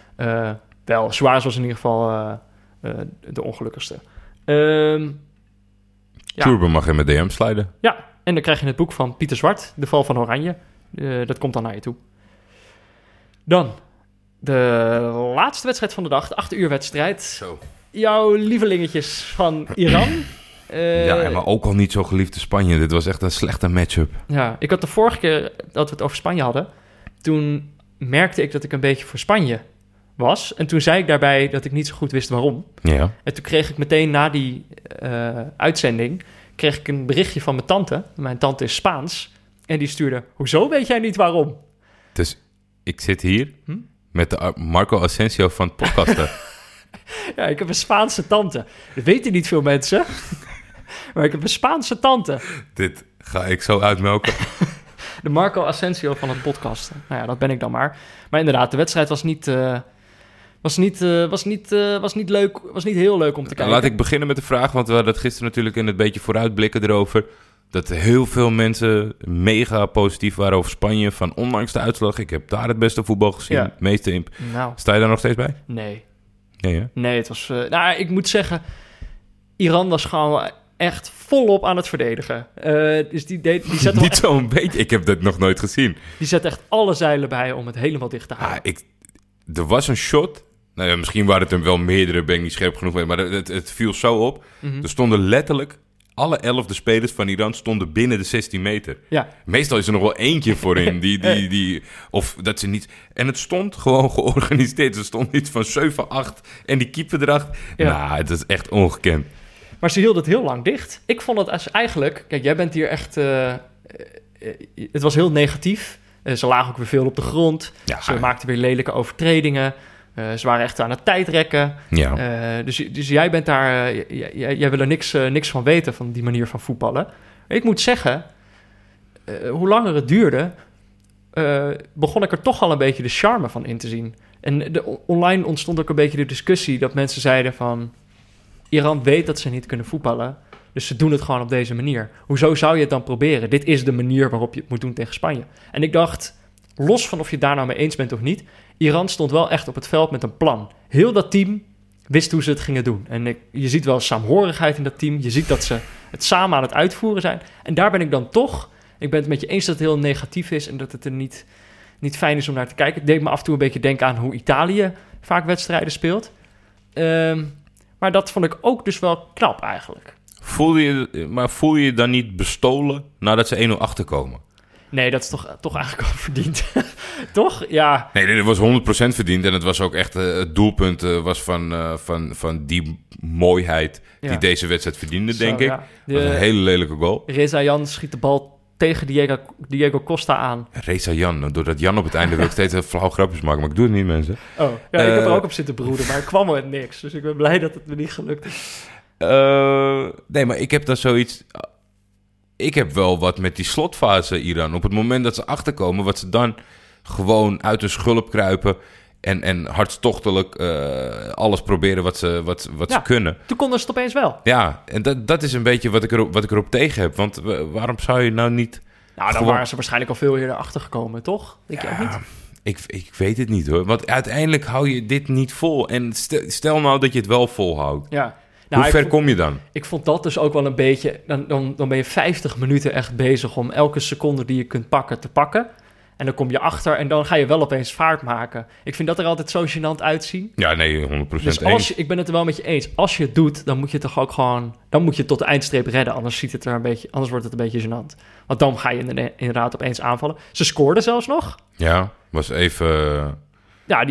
Wel, Suarez was in ieder geval de ongelukkigste. Ja. Turban mag in mijn DM sliden. Ja, en dan krijg je het boek van Pieter Zwart, De Val van Oranje. Dat komt dan naar je toe. Dan de laatste wedstrijd van de dag, de 8 uur wedstrijd. Zo. Jouw lievelingetjes van Iran. Ja, maar ook al niet zo geliefde Spanje. Dit was echt een slechte matchup. Ja, ik had de vorige keer dat we het over Spanje hadden, toen merkte ik dat ik een beetje voor Spanje was. En toen zei ik daarbij dat ik niet zo goed wist waarom. Ja. En toen kreeg ik meteen na die uitzending kreeg ik een berichtje van mijn tante. Mijn tante is Spaans. En die stuurde, hoezo weet jij niet waarom? Dus ik zit hier met de Marco Asensio van het podcasten. Ja, ik heb een Spaanse tante. Dat weten niet veel mensen. Maar ik heb een Spaanse tante. Dit ga ik zo uitmelken. De Marco Asensio van het podcasten. Nou ja, dat ben ik dan maar. Maar inderdaad, de wedstrijd was niet leuk. Was niet heel leuk om te kijken. Laat ik beginnen met de vraag, want we hadden het gisteren natuurlijk in het beetje vooruitblikken erover. Dat heel veel mensen mega positief waren over Spanje. Van ondanks de uitslag, ik heb daar het beste voetbal gezien. Ja. Meeste Nou, Sta je daar nog steeds bij? nee. Nee, hè? Nee, het was... ik moet zeggen, Iran was gewoon echt volop aan het verdedigen. Dus die zette Niet zo'n beetje. Ik heb dat nog nooit gezien. die zet echt alle zeilen bij om het helemaal dicht te houden. Er was een shot. Nou ja, misschien waren het er wel meerdere, ben ik niet scherp genoeg mee. Maar het viel zo op. Mhm. Er stonden letterlijk... Alle 11 spelers van Iran stonden binnen de 16 meter. Ja. Meestal is er nog wel eentje voorin. Of dat ze niet... En het stond gewoon georganiseerd. Er stond iets van 7, 8 en die keeper erachter. Ja. Nou, het is echt ongekend. Maar ze hield het heel lang dicht. Ik vond het eigenlijk... Kijk, jij bent hier echt... het was heel negatief. Ze lagen ook weer veel op de grond. Ja, Ze maakten weer lelijke overtredingen. Ze waren echt aan het tijdrekken. Ja. Dus jij bent daar... jij wil er niks van weten, van die manier van voetballen. Ik moet zeggen, hoe langer het duurde... begon ik er toch al een beetje de charme van in te zien. En online ontstond ook een beetje de discussie... dat mensen zeiden van... Iran weet dat ze niet kunnen voetballen... dus ze doen het gewoon op deze manier. Hoezo zou je het dan proberen? Dit is de manier waarop je het moet doen tegen Spanje. En ik dacht, los van of je het daar nou mee eens bent of niet... Iran stond wel echt op het veld met een plan. Heel dat team wist hoe ze het gingen doen. En je ziet wel saamhorigheid in dat team. Je ziet dat ze het samen aan het uitvoeren zijn. En daar ben ik dan toch... Ik ben het met je eens dat het heel negatief is... en dat het er niet fijn is om naar te kijken. Het deed me af en toe een beetje denken aan hoe Italië vaak wedstrijden speelt. Maar dat vond ik ook dus wel knap eigenlijk. Voel je je dan niet bestolen nadat ze 1-0 achterkomen? Nee, dat is toch eigenlijk al verdiend. Toch? Ja. Nee, dat was 100% verdiend. En het was ook echt... het doelpunt was van die mooiheid... die deze wedstrijd verdiende, denk ik. Ja. Dat was een hele lelijke goal. Reza Jan schiet de bal tegen Diego Costa aan. Reza Jan. Doordat Jan op het einde wil ik steeds flauw grapjes maken. Maar ik doe het niet, mensen. Oh, ja, ik heb er ook op zitten broeden. Maar er kwam uit niks. Dus ik ben blij dat het me niet gelukt is. Nee, maar ik heb dan zoiets... Ik heb wel wat met die slotfase, Iran. Op het moment dat ze achterkomen, wat ze dan gewoon uit hun schulp kruipen... en hartstochtelijk alles proberen wat ze kunnen. Toen konden ze het opeens wel. Ja, en dat is een beetje wat ik erop tegen heb. Want waarom zou je nou niet... Nou, dan waren ze waarschijnlijk al veel eerder achtergekomen, toch? Denk je ook niet? Ik weet het niet, hoor. Want uiteindelijk hou je dit niet vol. En stel nou dat je het wel volhoudt. Ja. Hoe ver kom je dan? Ik vond dat dus ook wel een beetje... Dan ben je 50 minuten echt bezig om elke seconde die je kunt pakken te pakken. En dan kom je achter en dan ga je wel opeens vaart maken. Ik vind dat er altijd zo gênant uitzien. Ja, nee, 100% dus eens. Ik ben het er wel met je eens. Als je het doet, dan moet je toch ook gewoon... Dan moet je het tot de eindstreep redden. Anders wordt het een beetje gênant. Want dan ga je inderdaad opeens aanvallen. Ze scoorden zelfs nog. Ja, was even... Ja,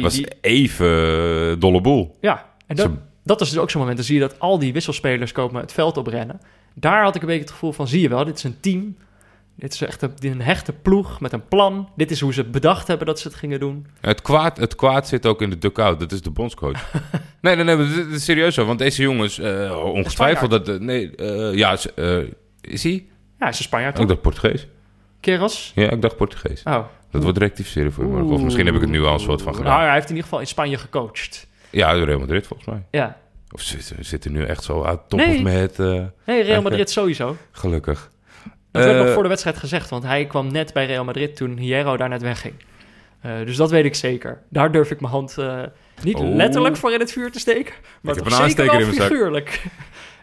even dolle boel. Ja, en dat is dus ook zo'n moment. Dan zie je dat al die wisselspelers komen het veld oprennen. Daar had ik een beetje het gevoel van, zie je wel, dit is een team. Dit is echt een hechte ploeg met een plan. Dit is hoe ze bedacht hebben dat ze het gingen doen. Het kwaad zit ook in de dugout. Dat is de bondscoach. nee, dat is serieus zo. Want deze jongens, ongetwijfeld... is hij? Ja, hij is een Spanjaard, Ik toch? dacht Portugees. Keros? Ja, ik dacht Portugees. Oh. Dat wordt rectificeren voor me. Of misschien heb ik het nu al een soort van gedaan. Nou, hij heeft in ieder geval in Spanje gecoacht. Ja, Real Madrid volgens mij. Ja. Of ze zitten nu echt zo uit top of met... Nee, Real Madrid sowieso. Gelukkig. Dat werd nog voor de wedstrijd gezegd, want hij kwam net bij Real Madrid toen Hierro daar net wegging. Dus dat weet ik zeker. Daar durf ik mijn hand niet letterlijk voor in het vuur te steken, maar heb toch een zeker aansteker wel in mijn zak. figuurlijk.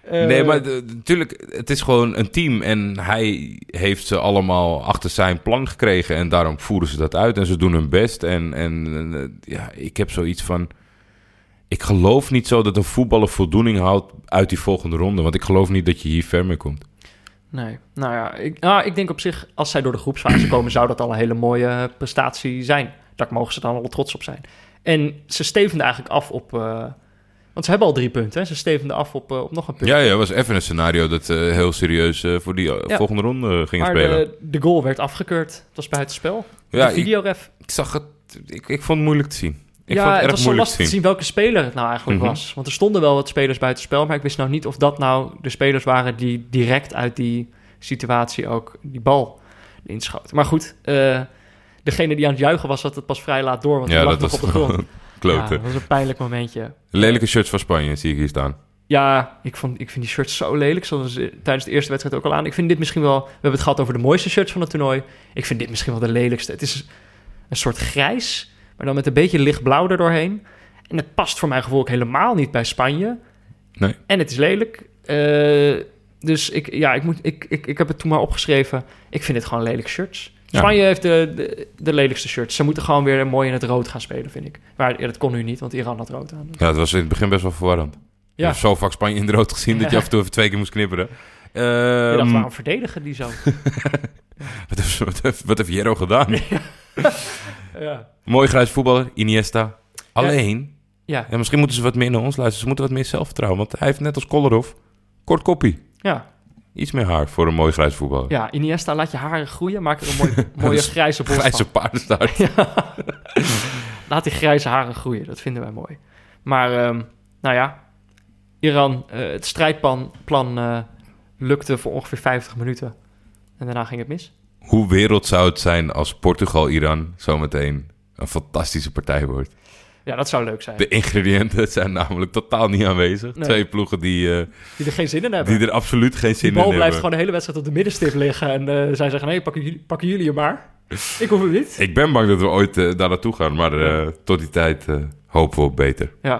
Nee, maar natuurlijk, het is gewoon een team. En hij heeft ze allemaal achter zijn plan gekregen. En daarom voeren ze dat uit. En ze doen hun best. En ik heb zoiets van... Ik geloof niet zo dat een voetballer voldoening houdt uit die volgende ronde. Want ik geloof niet dat je hier ver mee komt. Nee, ik denk op zich, als zij door de groepsfase komen, zou dat al een hele mooie prestatie zijn. Daar mogen ze dan al trots op zijn. En ze stevenden eigenlijk af op... want ze hebben al 3 punten, hè? Ze stevenden af op nog een punt. Ja, het was even een scenario dat heel serieus voor die volgende ronde ging spelen. Maar de goal werd afgekeurd. Het was buitenspel. Ja, de videoref. Ik zag het... Ik vond het moeilijk te zien. Het was zo lastig te zien welke speler het nou eigenlijk was. Want er stonden wel wat spelers buitenspel, maar ik wist nou niet of dat nou de spelers waren die direct uit die situatie ook die bal inschoten. Maar goed, degene die aan het juichen was, had het pas vrij laat door, want hij lag nog op de grond. Kloten. Ja, dat was een pijnlijk momentje. Lelijke shirts van Spanje, zie ik hier staan. Ja, ik vind die shirts zo lelijk, zoals tijdens de eerste wedstrijd ook al aan. Ik vind dit misschien wel... We hebben het gehad over de mooiste shirts van het toernooi. Ik vind dit misschien wel de lelijkste. Het is een soort grijs, maar dan met een beetje lichtblauw erdoorheen. En het past voor mijn gevoel ook helemaal niet bij Spanje. Nee. En het is lelijk. Dus ik heb het toen maar opgeschreven. Ik vind het gewoon lelijke shirts. Ja. Spanje heeft de lelijkste shirts. Ze moeten gewoon weer mooi in het rood gaan spelen, vind ik. Maar dat kon nu niet, want Iran had rood aan. Ja, het was in het begin best wel verwarrend. Ik heb zo vaak Spanje in het rood gezien dat je af en toe even 2 keer moest knipperen. Je dacht, waarom verdedigen die zo? Wat heeft Jero gedaan? Ja. Mooi grijs voetballer, Iniesta. Alleen, ja, misschien moeten ze wat meer naar ons luisteren. Ze moeten wat meer zelfvertrouwen. Want hij heeft net als Kolarov kort koppie. Ja. Iets meer haar voor een mooi grijs voetballer. Ja, Iniesta, laat je haren groeien. Maak er een mooie grijze borst van. Grijze paardenstaart. Ja. Laat die grijze haren groeien. Dat vinden wij mooi. Maar, Iran, het strijdplan lukte voor ongeveer 50 minuten. En daarna ging het mis. Hoe wereld zou het zijn als Portugal-Iran zometeen een fantastische partij wordt? Ja, dat zou leuk zijn. De ingrediënten zijn namelijk totaal niet aanwezig. Nee. 2 ploegen die er geen zin in hebben. Die er absoluut geen zin in hebben. Die bal blijft gewoon de hele wedstrijd op de middenstip liggen. En zij zeggen, nee, pakken jullie hem maar. Ik hoef het niet. Ik ben bang dat we ooit daar naartoe gaan. Maar tot die tijd hopen we op beter. Ja.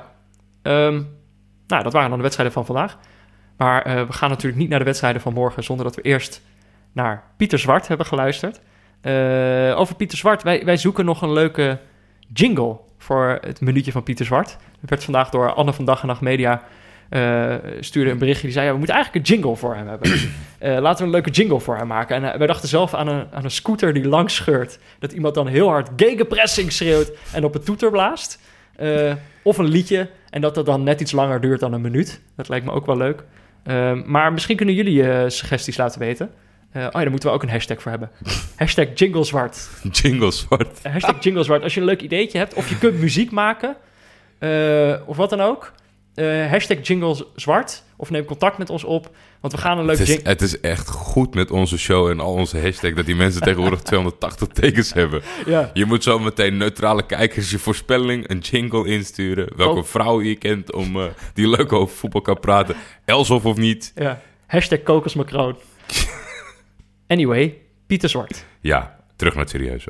Dat waren dan de wedstrijden van vandaag. Maar we gaan natuurlijk niet naar de wedstrijden van morgen zonder dat we eerst naar Pieter Zwart hebben geluisterd. Over Pieter Zwart, wij zoeken nog een leuke jingle voor het minuutje van Pieter Zwart. Dat werd vandaag door Anne van Dag en Nacht Media stuurde een berichtje. Die zei, we moeten eigenlijk een jingle voor hem hebben. Laten we een leuke jingle voor hem maken. En wij dachten zelf aan een scooter die langs scheurt. Dat iemand dan heel hard gegenpressing schreeuwt en op het toeter blaast. Of een liedje en dat dan net iets langer duurt dan een minuut. Dat lijkt me ook wel leuk. Maar misschien kunnen jullie suggesties laten weten. Daar moeten we ook een hashtag voor hebben. Hashtag Jinglezwart. Jinglezwart. Hashtag Jinglezwart. Als je een leuk ideetje hebt of je kunt muziek maken of wat dan ook. Hashtag Jinglezwart. Of neem contact met ons op. Want we gaan een leuk jingle... Het is echt goed met onze show en al onze hashtags dat die mensen tegenwoordig 280 tekens hebben. Ja. Je moet zo meteen neutrale kijkers je voorspelling, een jingle insturen. Welke vrouw je kent om die leuk over voetbal kan praten. Elsof of niet. Ja. Hashtag kokosmacroon. Anyway, Pieter Zwart. Ja, terug naar het serieuze.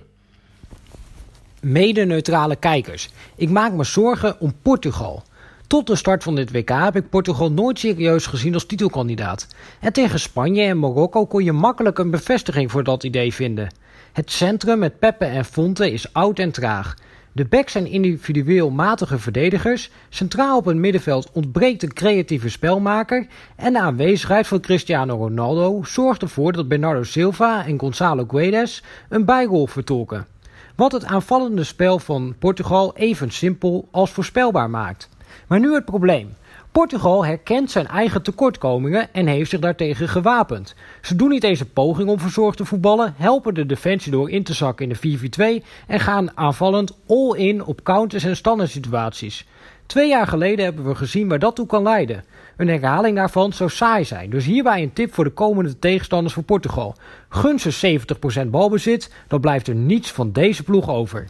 Mede-neutrale kijkers. Ik maak me zorgen om Portugal. Tot de start van dit WK heb ik Portugal nooit serieus gezien als titelkandidaat. En tegen Spanje en Marokko kon je makkelijk een bevestiging voor dat idee vinden. Het centrum met Pepe en Fonte is oud en traag. De backs zijn individueel matige verdedigers. Centraal op het middenveld ontbreekt een creatieve spelmaker. En de aanwezigheid van Cristiano Ronaldo zorgt ervoor dat Bernardo Silva en Gonçalo Guedes een bijrol vertolken. Wat het aanvallende spel van Portugal even simpel als voorspelbaar maakt. Maar nu het probleem. Portugal herkent zijn eigen tekortkomingen en heeft zich daartegen gewapend. Ze doen niet eens een poging om verzorgd te voetballen, helpen de defensie door in te zakken in de 4-4-2 en gaan aanvallend all-in op counters en standaard situaties. 2 jaar geleden hebben we gezien waar dat toe kan leiden. Een herhaling daarvan zou saai zijn, dus hierbij een tip voor de komende tegenstanders van Portugal. Gun ze 70% balbezit, dan blijft er niets van deze ploeg over.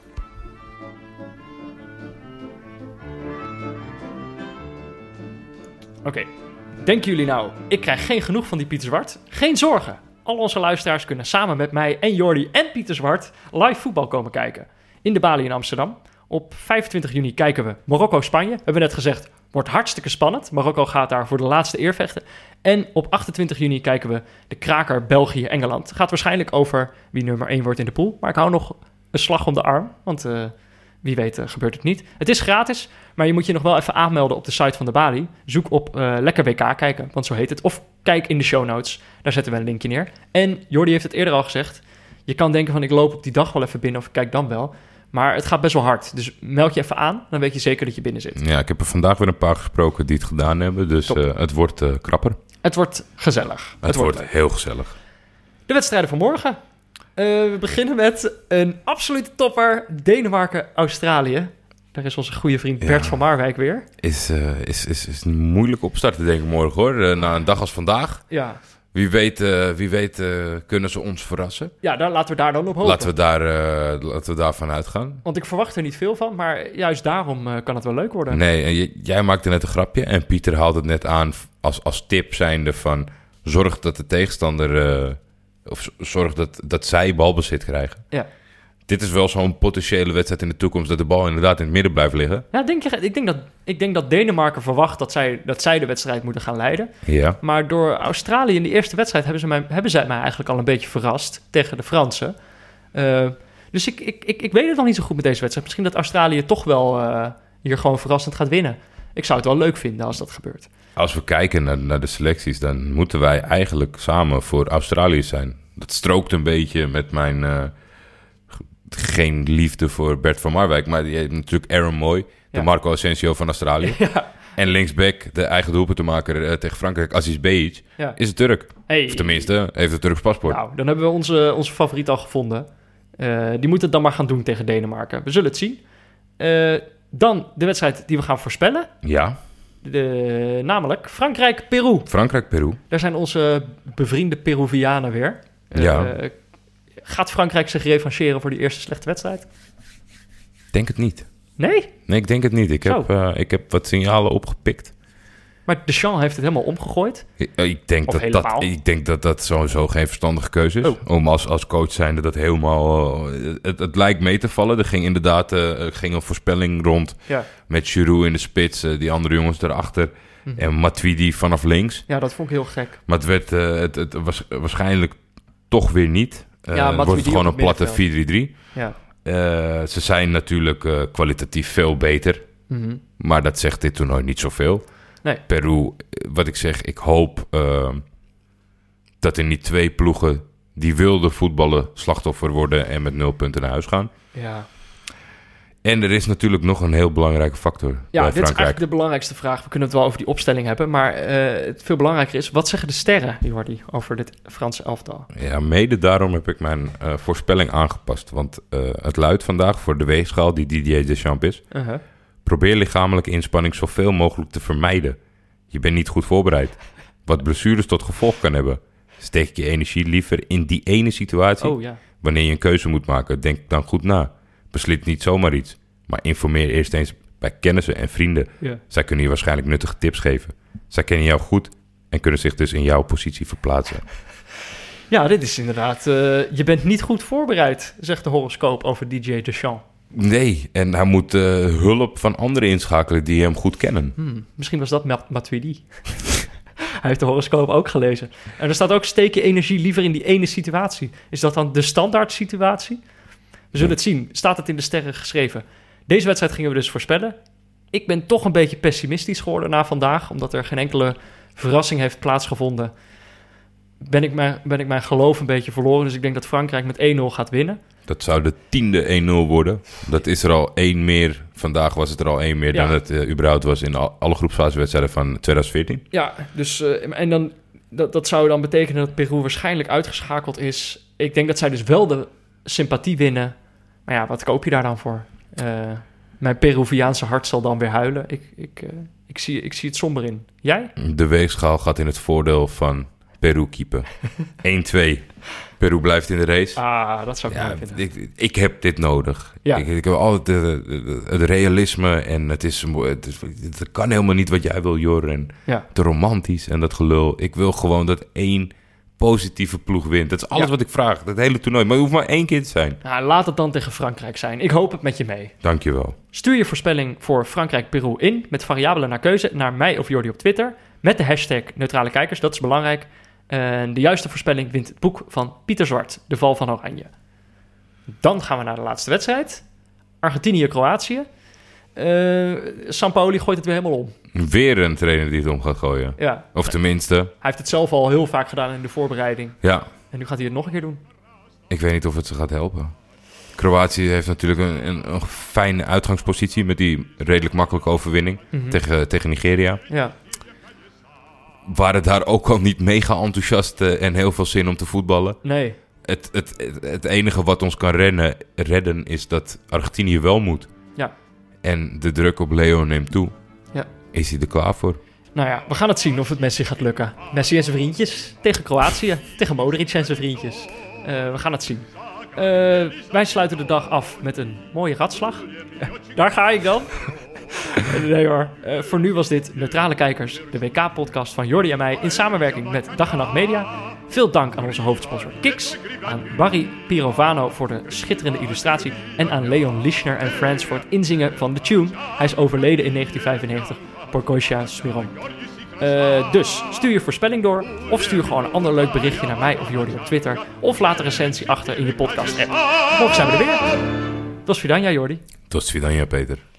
Oké, denken jullie nou, ik krijg geen genoeg van die Pieter Zwart? Geen zorgen. Al onze luisteraars kunnen samen met mij en Jordi en Pieter Zwart live voetbal komen kijken. In de Bali in Amsterdam. Op 25 juni kijken we Marokko-Spanje. We hebben net gezegd, Wordt hartstikke spannend. Marokko gaat daar voor de laatste eer vechten. En op 28 juni kijken we de kraker België-Engeland. Het gaat waarschijnlijk over wie nummer 1 wordt in de pool. Maar ik hou nog een slag om de arm, want wie weet gebeurt het niet. Het is gratis, maar je moet je nog wel even aanmelden op de site van de Bali. Zoek op Lekker WK kijken, want zo heet het. Of kijk in de show notes, daar zetten we een linkje neer. En Jordi heeft het eerder al gezegd. Je kan denken van ik loop op die dag wel even binnen of ik kijk dan wel. Maar het gaat best wel hard. Dus meld je even aan, dan weet je zeker dat je binnen zit. Ja, ik heb er vandaag weer een paar gesproken die het gedaan hebben. Dus het wordt krapper. Het wordt gezellig. Het wordt heel gezellig. De wedstrijden van morgen. We beginnen met een absolute topper. Denemarken-Australië. Daar is onze goede vriend Bert van Marwijk weer. Is moeilijk opstarten, denk ik, morgen, hoor. Na een dag als vandaag. Ja. Wie weet kunnen ze ons verrassen. Ja, laten we daar dan op hopen. Laten we daarvan uitgaan. Want ik verwacht er niet veel van, maar juist daarom kan het wel leuk worden. Nee, en jij maakte net een grapje en Pieter haalde het net aan als tip zijnde van... zorg dat de tegenstander... of zorg dat zij balbezit krijgen. Ja. Dit is wel zo'n potentiële wedstrijd in de toekomst... dat de bal inderdaad in het midden blijft liggen. Ja, ik denk dat Denemarken verwacht dat zij de wedstrijd moeten gaan leiden. Ja. Maar door Australië in de eerste wedstrijd... hebben zij mij eigenlijk al een beetje verrast tegen de Fransen. Dus ik weet het nog niet zo goed met deze wedstrijd. Misschien dat Australië toch wel hier gewoon verrassend gaat winnen. Ik zou het wel leuk vinden als dat gebeurt. Als we kijken naar de selecties... dan moeten wij eigenlijk samen voor Australië zijn. Dat strookt een beetje met mijn... geen liefde voor Bert van Marwijk... maar je hebt natuurlijk Aaron Moy... de Marco Asensio van Australië. Ja. En linksback, de eigen doelpuntenmaker tegen Frankrijk... Aziz Behic, is een Turk. Hey. Of tenminste, heeft een Turks paspoort. Nou, dan hebben we onze favoriet al gevonden. Die moet het dan maar gaan doen tegen Denemarken. We zullen het zien. Dan de wedstrijd die we gaan voorspellen. Ja. Namelijk Frankrijk-Peru. Frankrijk-Peru. Daar zijn onze bevriende Peruvianen weer. Gaat Frankrijk zich revancheren voor die eerste slechte wedstrijd? Denk het niet. Nee? Nee, ik denk het niet. Ik heb wat signalen opgepikt. Maar Deschamps heeft het helemaal omgegooid. Ik denk dat sowieso geen verstandige keuze is. Om als coach zijnde dat helemaal... Het lijkt mee te vallen. Er ging inderdaad een voorspelling rond met Giroud in de spits. Die andere jongens erachter. Mm-hmm. En Matuidi vanaf links. Ja, dat vond ik heel gek. Maar het was waarschijnlijk toch weer niet. Het wordt gewoon een platte 4-3-3. Ja. Ze zijn natuurlijk kwalitatief veel beter. Mm-hmm. Maar dat zegt dit toernooi niet zoveel. Nee. Peru, wat ik zeg, ik hoop dat er niet 2 ploegen die wilden voetballen slachtoffer worden en met 0 punten naar huis gaan. Ja. En er is natuurlijk nog een heel belangrijke factor bij Frankrijk. Dit is eigenlijk de belangrijkste vraag. We kunnen het wel over die opstelling hebben, maar het veel belangrijker is, wat zeggen de sterren, Jordi, over dit Franse elftal? Ja, mede daarom heb ik mijn voorspelling aangepast. Want het luidt vandaag voor de weegschaal die Didier Deschamps is. Uh-huh. Probeer lichamelijke inspanning zoveel mogelijk te vermijden. Je bent niet goed voorbereid. Wat blessures tot gevolg kan hebben. Steek je energie liever in die ene situatie. Oh, ja. Wanneer je een keuze moet maken, denk dan goed na. Beslit niet zomaar iets. Maar informeer eerst eens bij kennissen en vrienden. Ja. Zij kunnen je waarschijnlijk nuttige tips geven. Zij kennen jou goed en kunnen zich dus in jouw positie verplaatsen. Ja, dit is inderdaad... je bent niet goed voorbereid, zegt de horoscoop over DJ Deschamps. Nee, en hij moet hulp van anderen inschakelen die hem goed kennen. Misschien was dat Matuidi. Hij heeft de horoscoop ook gelezen. En er staat ook, steek je energie liever in die ene situatie. Is dat dan de standaard situatie? We zullen het zien. Staat het in de sterren geschreven? Deze wedstrijd gingen we dus voorspellen. Ik ben toch een beetje pessimistisch geworden na vandaag, omdat er geen enkele verrassing heeft plaatsgevonden. Ben ik mijn geloof een beetje verloren. Dus ik denk dat Frankrijk met 1-0 gaat winnen. Dat zou de 10e 1-0 worden. Dat is er al 1 meer. Vandaag was het er al 1 meer dan het überhaupt was in alle groepsfasewedstrijden van 2014. Ja, dus en dan dat zou dan betekenen dat Peru waarschijnlijk uitgeschakeld is. Ik denk dat zij dus wel de sympathie winnen. Maar ja, wat koop je daar dan voor? Mijn Peruviaanse hart zal dan weer huilen. Ik zie het somber in. Jij? De weegschaal gaat in het voordeel van Peru keeper. 1-2. Peru blijft in de race. Ah, dat zou ik mooi vinden. Ik heb dit nodig. Ja. Ik heb altijd het realisme en het kan helemaal niet wat jij wil, Jor. En te romantisch en dat gelul. Ik wil gewoon dat 1 positieve ploeg wint. Dat is alles wat ik vraag. Dat hele toernooi. Maar het hoeft maar 1 keer te zijn. Nou, laat het dan tegen Frankrijk zijn. Ik hoop het met je mee. Dankjewel. Stuur je voorspelling voor Frankrijk-Peru in met variabelen naar keuze naar mij of Jordi op Twitter. Met de hashtag neutrale kijkers, dat is belangrijk. En de juiste voorspelling wint het boek van Pieter Zwart, De Val van Oranje. Dan gaan we naar de laatste wedstrijd. Argentinië-Kroatië. Sampaoli gooit het weer helemaal om. Weer een trainer die het om gaat gooien. Ja. Of tenminste... Hij heeft het zelf al heel vaak gedaan in de voorbereiding. Ja. En nu gaat hij het nog een keer doen. Ik weet niet of het ze gaat helpen. Kroatië heeft natuurlijk een fijne uitgangspositie met die redelijk makkelijke overwinning tegen Nigeria. Ja. Waren daar ook al niet mega enthousiast en heel veel zin om te voetballen. Nee. Het enige wat ons kan redden is dat Argentinië wel moet. Ja. En de druk op Leo neemt toe. Ja. Is hij er klaar voor? Nou ja, we gaan het zien of het Messi gaat lukken. Messi en zijn vriendjes tegen Kroatië. Tegen Modric en zijn vriendjes. We gaan het zien. Wij sluiten de dag af met een mooie ratslag. Daar ga ik dan. Nee hoor. Voor nu was dit Neutrale Kijkers, de WK-podcast van Jordi en mij in samenwerking met Dag en Nacht Media. Veel dank aan onze hoofdsponsor Kiks, aan Barry Pirovano voor de schitterende illustratie en aan Leon Lischner en Friends voor het inzingen van de tune. Hij is overleden in 1995, Porcosia Smiron. Dus stuur je voorspelling door of stuur gewoon een ander leuk berichtje naar mij of Jordi op Twitter of laat een recensie achter in je podcast app. Morgen zijn we er weer. Tot svidanja, Jordi. Tot svidanja, Peter.